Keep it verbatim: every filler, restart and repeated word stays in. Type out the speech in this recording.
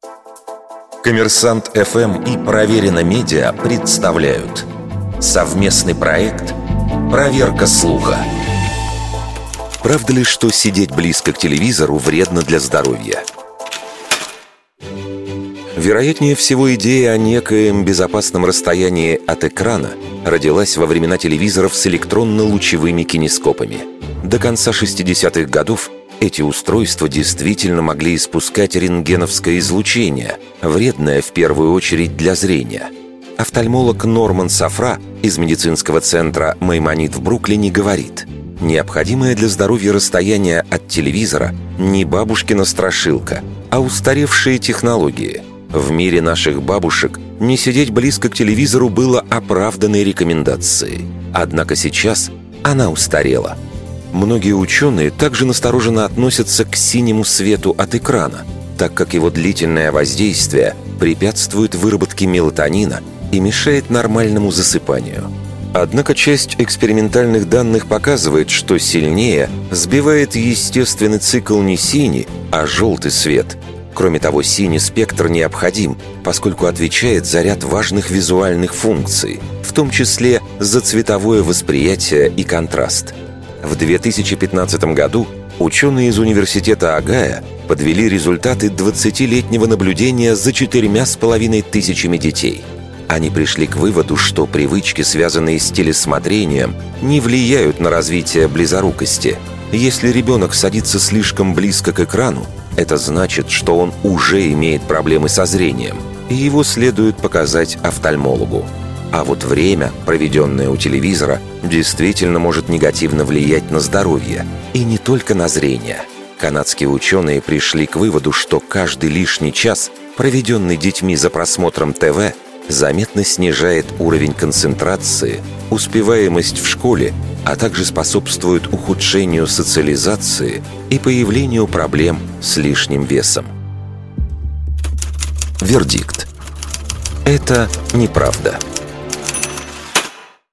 Коммерсант эф эм и Проверено Медиа представляют совместный проект «Проверка слуха». Правда ли, что сидеть близко к телевизору вредно для здоровья? Вероятнее всего, идея о некоем безопасном расстоянии от экрана родилась во времена телевизоров с электронно-лучевыми кинескопами. До конца шестидесятых годов эти устройства действительно могли испускать рентгеновское излучение, вредное в первую очередь для зрения. Офтальмолог Норман Сафра из медицинского центра Маймонит в Бруклине говорит: необходимое для здоровья расстояние от телевизора не бабушкина страшилка, а устаревшие технологии. В мире наших бабушек не сидеть близко к телевизору было оправданной рекомендацией. Однако сейчас она устарела. Многие ученые также настороженно относятся к синему свету от экрана, так как его длительное воздействие препятствует выработке мелатонина и мешает нормальному засыпанию. Однако часть экспериментальных данных показывает, что сильнее сбивает естественный цикл не синий, а желтый свет. Кроме того, синий спектр необходим, поскольку отвечает за ряд важных визуальных функций, в том числе за цветовое восприятие и контраст. В две тысячи пятнадцатом году ученые из университета Огайо подвели результаты двадцатилетнего наблюдения за четырьмя с половиной тысячами детей. Они пришли к выводу, что привычки, связанные с телесмотрением, не влияют на развитие близорукости. Если ребенок садится слишком близко к экрану, это значит, что он уже имеет проблемы со зрением, и его следует показать офтальмологу. А вот время, проведенное у телевизора, действительно может негативно влиять на здоровье, и не только на зрение. Канадские ученые пришли к выводу, что каждый лишний час, проведенный детьми за просмотром ТВ, заметно снижает уровень концентрации, успеваемость в школе, а также способствует ухудшению социализации и появлению проблем с лишним весом. Вердикт. Это неправда.